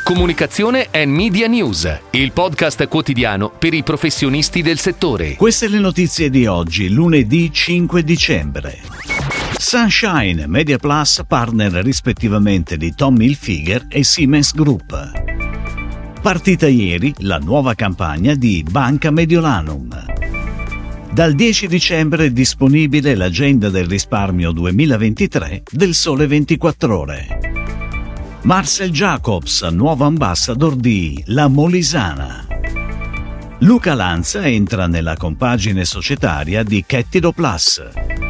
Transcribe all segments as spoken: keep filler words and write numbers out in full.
Comunicazione and Media News, il podcast quotidiano per i professionisti del settore. Queste le notizie di oggi, lunedì cinque dicembre. Sunshine, Media Plus, partner rispettivamente di Tommy Hilfiger e Siemens Group. Partita ieri la nuova campagna di Banca Mediolanum. Dal dieci dicembre è disponibile l'agenda del risparmio duemilaventitré del Sole ventiquattro Ore. Marcel Jacobs, nuovo ambassador di La Molisana. Luca Lanza entra nella compagine societaria di Chettilo Plus.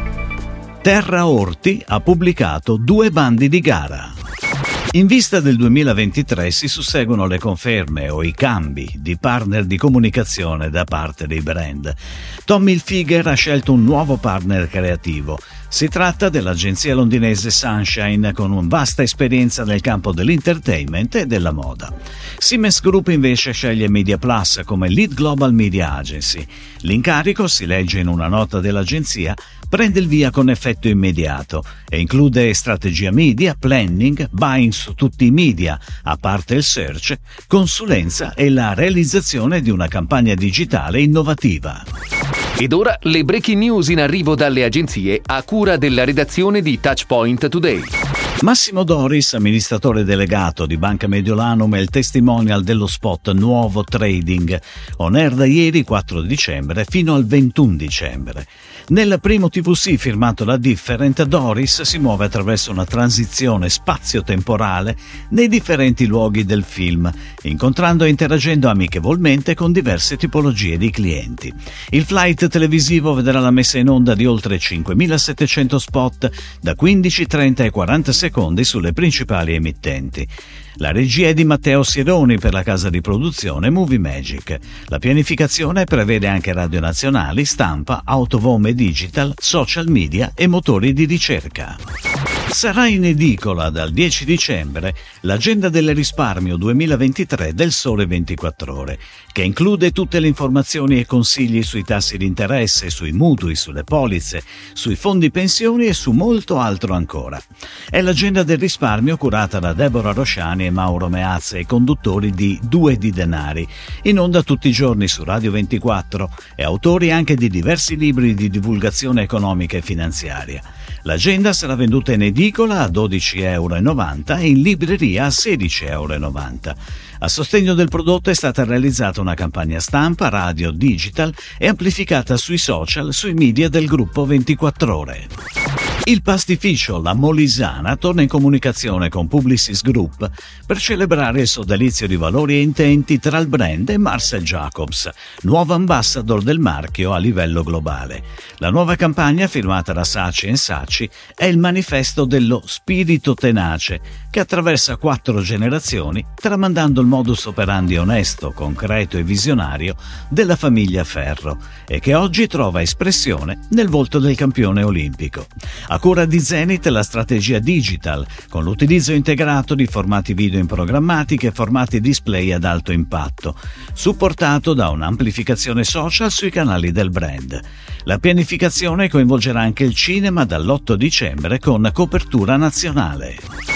Terra Orti ha pubblicato due bandi di gara. In vista del duemilaventitré si susseguono le conferme o i cambi di partner di comunicazione da parte dei brand. Tommy Hilfiger ha scelto un nuovo partner creativo. Si tratta dell'agenzia londinese Sunshine con una vasta esperienza nel campo dell'entertainment e della moda. Siemens Group invece sceglie Media Plus come lead global media agency. L'incarico, si legge in una nota dell'agenzia, prende il via con effetto immediato e include strategia media, planning, buying su tutti i media, a parte il search, consulenza e la realizzazione di una campagna digitale innovativa. Ed ora le breaking news in arrivo dalle agenzie a cura della redazione di Touchpoint Today. Massimo Doris, amministratore delegato di Banca Mediolanum, è il testimonial dello spot Nuovo Trading, on air da ieri quattro dicembre fino al ventuno dicembre. Nel primo T V C firmato da Different, Doris si muove attraverso una transizione spazio-temporale nei differenti luoghi del film, incontrando e interagendo amichevolmente con diverse tipologie di clienti. Il flight televisivo vedrà la messa in onda di oltre cinquemilasettecento spot da quindici, trenta e quaranta secondi sulle principali emittenti. La regia è di Matteo Sironi per la casa di produzione Movie Magic. La pianificazione prevede anche radio nazionali, stampa, autovom e digital, social media e motori di ricerca. Sarà in edicola dal dieci dicembre l'agenda del risparmio duemilaventitré del Sole ventiquattro Ore, che include tutte le informazioni e consigli sui tassi di interesse, sui mutui, sulle polizze, sui fondi pensioni e su molto altro ancora. È l'agenda del risparmio curata da Deborah Rosciani e Mauro Meazza, i conduttori di Due di Denari, in onda tutti i giorni su Radio ventiquattro e autori anche di diversi libri di divulgazione economica e finanziaria. L'agenda sarà venduta in edicola a dodici virgola novanta euro e in libreria a sedici virgola novanta euro. A sostegno del prodotto è stata realizzata una campagna stampa, radio, digital e amplificata sui social, sui media del gruppo ventiquattro Ore. Il pastificio La Molisana torna in comunicazione con Publicis Group per celebrare il sodalizio di valori e intenti tra il brand e Marcel Jacobs, nuovo ambassador del marchio a livello globale. La nuova campagna, firmata da Saatchi and Saatchi, è il manifesto dello spirito tenace che attraversa quattro generazioni, tramandando il modus operandi onesto, concreto e visionario della famiglia Ferro e che oggi trova espressione nel volto del campione olimpico. A cura di Zenith la strategia digital, con l'utilizzo integrato di formati video in programmatica e formati display ad alto impatto, supportato da un'amplificazione social sui canali del brand. La pianificazione coinvolgerà anche il cinema dall'otto dicembre con copertura nazionale.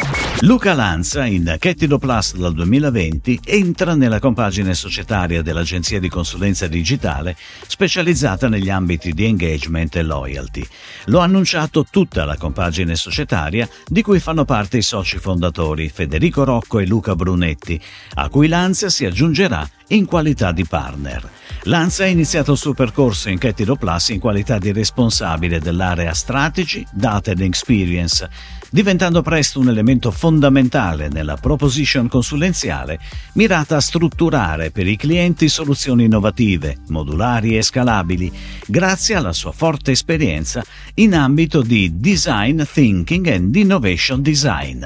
Luca Lanza, in Chettilo Plus dal duemilaventi, entra nella compagine societaria dell'agenzia di consulenza digitale specializzata negli ambiti di engagement e loyalty. Lo ha annunciato tutta la compagine societaria, di cui fanno parte i soci fondatori Federico Rocco e Luca Brunetti, a cui Lanza si aggiungerà in qualità di partner. Lanza ha iniziato il suo percorso in Chettilo Plus in qualità di responsabile dell'area Strategy, Data and Experience, diventando presto un elemento fondamentale nella proposition consulenziale mirata a strutturare per i clienti soluzioni innovative, modulari e scalabili, grazie alla sua forte esperienza in ambito di design thinking and innovation design.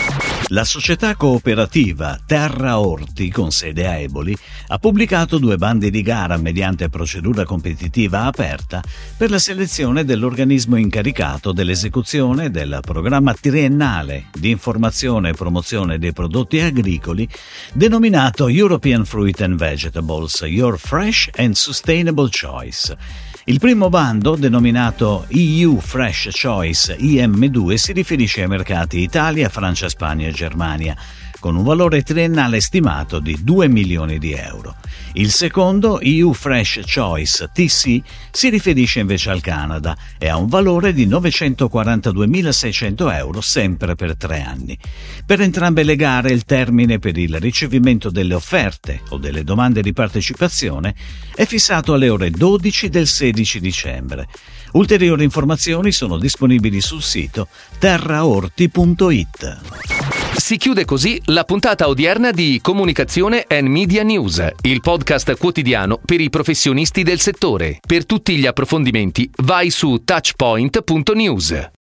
La società cooperativa Terra Orti, con sede a Eboli, ha pubblicato due bandi di gara mediante procedura competitiva aperta per la selezione dell'organismo incaricato dell'esecuzione del programma triennale di informazione e promozione dei prodotti agricoli denominato European Fruit and Vegetables, Your Fresh and Sustainable Choice. Il primo bando, denominato E U Fresh Choice I M due, si riferisce ai mercati Italia, Francia, Spagna e Germania, con un valore triennale stimato di due milioni di euro. Il secondo, E U Fresh Choice T C, si riferisce invece al Canada e ha un valore di novecentoquarantaduemilaseicento euro sempre per tre anni. Per entrambe le gare il termine per il ricevimento delle offerte o delle domande di partecipazione è fissato alle ore dodici del sedici dicembre. Ulteriori informazioni sono disponibili sul sito terraorti punto it. Si chiude così la puntata odierna di Comunicazione and Media News, il podcast quotidiano per i professionisti del settore. Per tutti gli approfondimenti vai su touchpoint punto news.